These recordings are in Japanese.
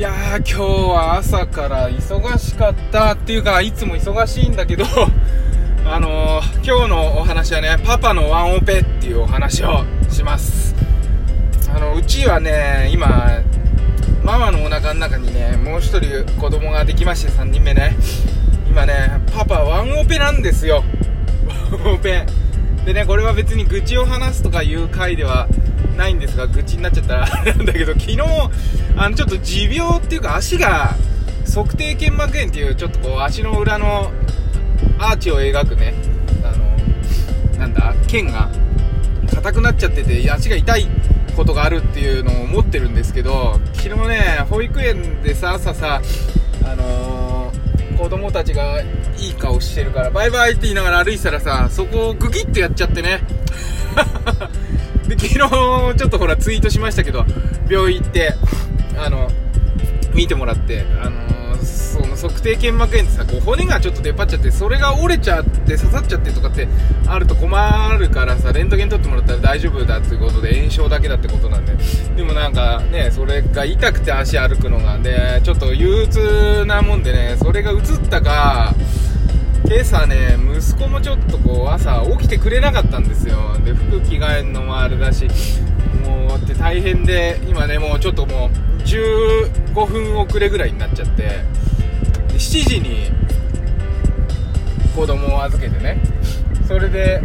いやー、今日は朝から忙しかったっていうか、いつも忙しいんだけど今日のお話はね、パパのワンオペっていうお話をします。うちはね、今ママのお腹の中にね、もう一人子供ができまして、3人目ね。今ね、パパワンオペなんですよ。ワンオペでね、これは別に愚痴を話すとかいう回ではないんですが、愚痴になっちゃったらなんだけど、昨日ちょっと持病っていうか、足が足底腱膜炎っていう、ちょっとこう足の裏のアーチを描くね、腱が硬くなっちゃってて、足が痛いことがあるっていうのを思ってるんですけど、昨日ね、保育園でさ、朝さ、子供たちがいい顔してるからバイバイって言いながら歩いてたらさ、そこをグキッとやっちゃってねで、昨日ちょっとほらツイートしましたけど、病院行って見てもらって、その足底腱膜炎ってさ、こう骨がちょっと出っ張っちゃって、それが折れちゃって刺さっちゃってとかってあると困るからさ、レントゲン取ってもらったら大丈夫だっていうことで、炎症だけだってことなんで。でもなんかね、それが痛くて足歩くのがで、ちょっと憂鬱なもんでね、それが移ったか、今朝ね、息子もちょっとこう朝起きてくれなかったんですよ。で、服着替えるのもあれだし、もうって大変で、今ね、もうちょっともう15分遅れぐらいになっちゃって、7時に子供を預けてね、それで、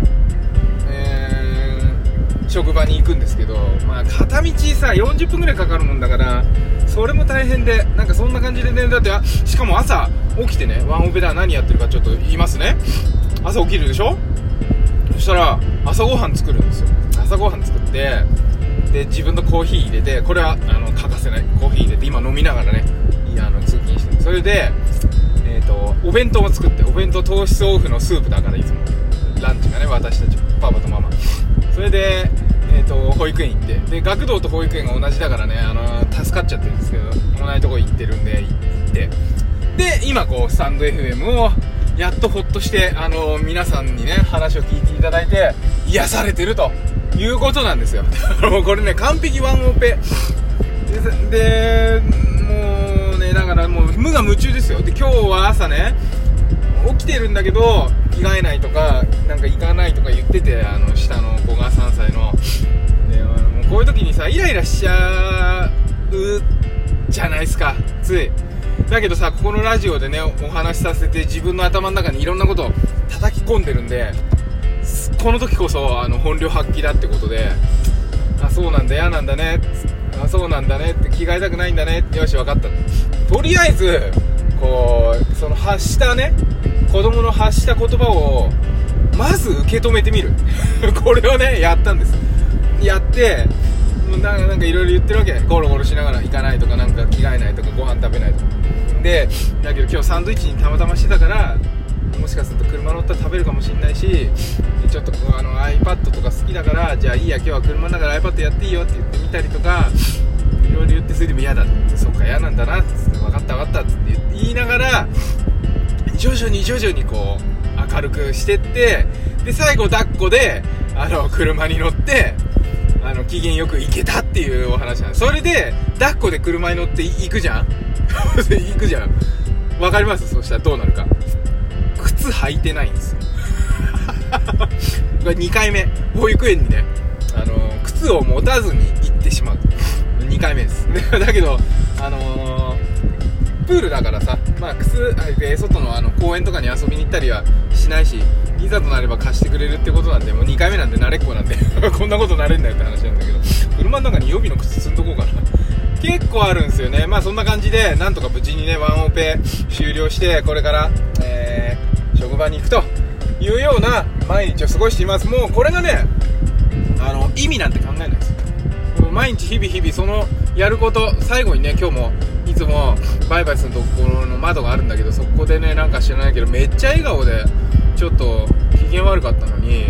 職場に行くんですけど、まあ片道さ40分ぐらいかかるもんだから、それも大変で、なんかそんな感じでね、だってしかも朝起きてね、ワンオペでは何やってるかちょっと言いますね。朝起きるでしょ。そしたら朝ごはん作るんですよ。朝ごはん作って、で自分のコーヒー入れて、これは欠かせないコーヒー入れて、今飲みながらね、通勤してる。それでお弁当を作って、お弁当糖質オフのスープだから、いつもランチがね、私たちパパとママ、それで保育園行って、で学童と保育園が同じだからね、助かっちゃってるんですけど、同じとこ行ってるんで、行って、で今こうスタンド FM をやっとほっとして、皆さんにね話を聞いていただいて癒されてるということなんですよもうこれね、完璧ワンオペでもうね、だからもう無我夢中ですよ。で今日は朝ね、起きてるんだけど着替えないとか、なんか行かないとか言ってて、下の子が3歳ので、もうこういう時にさ、イライラしちゃうじゃないですか、つい。だけどさ、ここのラジオでねお話しさせて、自分の頭の中にいろんなことを叩き込んでるんで、この時こそ本領発揮だってことで、あ、そうなんだ、嫌なんだね、あ、そうなんだねって、着替えたくないんだねって、よし分かった。とりあえずこうその発したね、子供の発した言葉をまず受け止めてみるこれをねやったんです。やって、なんかいろいろ言ってるわけ。ゴロゴロしながら行かないとか、なんか着替えないとか、ご飯食べないとかで、だけど今日サンドイッチにたまたましてたから、もしかすると車乗ったら食べるかもしれないし、ちょっとiPad とか好きだから、じゃあいいや、今日は車の中で iPad やっていいよって言ってみたりとか、いろいろ言って、それでも嫌だって、そっか嫌なんだなっつって、分かった分かったっつって言いながら、徐々にこう明るくしてって、で最後抱っこで車に乗って、機嫌よく行けたっていうお話なんです。それで抱っこで車に乗って行くじゃん行くじゃん。わかります？そしたらどうなるか。靴履いてないんですよこれ2回目、保育園にね、靴を持たずに行ってしまう2回目ですだけどプールだからさ、まあ靴履いて外の公園とかに遊びに行ったりはしないし、いざとなれば貸してくれるってことなんで、もう2回目なんで慣れっこなんでこんなことなれんだよって話なんだけど、車の中に予備の靴積んどこうかな結構あるんですよね。まあそんな感じで、なんとか無事にねワンオペ終了して、これから、職場に行くというような毎日を過ごしています。もうこれがね、意味なんて考えないです。毎日日々そのやること、最後にね、今日もいつもバイバイするところの窓があるんだけど、そこでね、なんか知らないけどめっちゃ笑顔で、ちょっと機嫌悪かったのに、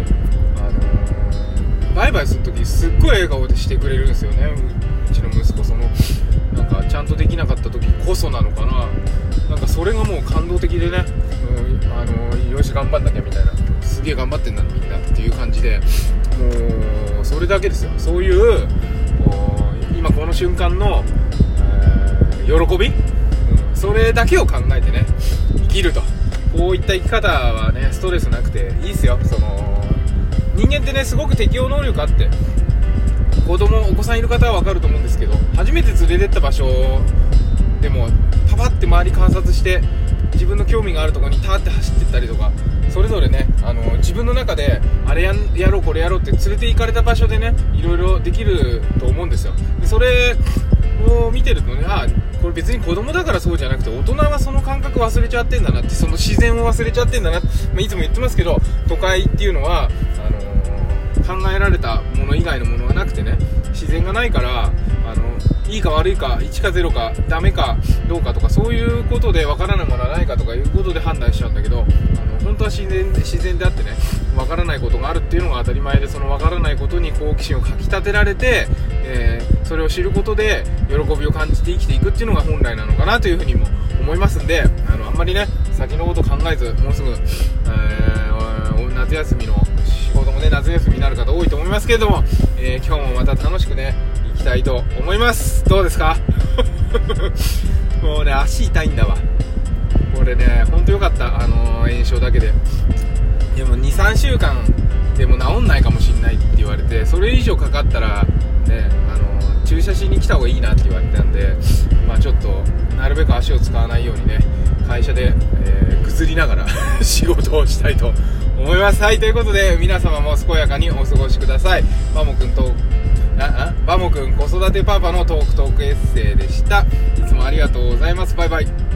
バイバイするときすっごい笑顔でしてくれるんですよね、うちの息子。なんかちゃんとできなかった時こそなのかな、なんかそれがもう感動的でね、よし頑張んなきゃみたいな、すげえ頑張ってんだみんなっていう感じで、もうそれだけですよ。そういう今この瞬間の喜び、それだけを考えてね生きると、こういった生き方はねストレスなくていいっすよ。人間ってねすごく適応能力あって、お子さんいる方は分かると思うんですけど、初めて連れてった場所でもパパって周り観察して自分の興味があるところにターって走ってったりとか、それぞれね自分の中であれやろうこれやろうって連れて行かれた場所でねいろいろできると思うんですよ。でそれを見てるとね、これ別に子供だからそうじゃなくて大人はその感覚忘れちゃってんだなって、その自然を忘れちゃってんだなって、いつも言ってますけど、都会っていうのは考えられたもの以外のものがなくてね、自然がないからいいか悪いか1か0かダメかどうかとか、そういうことで分からないものはないかとかいうことで判断しちゃうんだけど、本当は自然であってね、分からないことがあるっていうのが当たり前で、その分からないことに好奇心をかき立てられて、それを知ることで喜びを感じて生きていくっていうのが本来なのかなというふうにも思いますんで、あんまりね先のこと考えず、もうすぐ、夏休みの仕事もね夏休みになる方多いと思いますけれども、今日もまた楽しくね行きたいと思います。どうですかもうね足痛いんだわこれね、ほんとよかった、炎症だけで。でも 2,3 週間でも治んないかもしんないって言われて、それ以上かかったらね注射しに来た方がいいなって言われたんで、ちょっとなるべく足を使わないようにね会社で、ぐずりながら仕事をしたいと思います。はい、ということで皆様も健やかにお過ごしください。バモくん子育てパパのトークエッセイでした。いつもありがとうございます。バイバイ。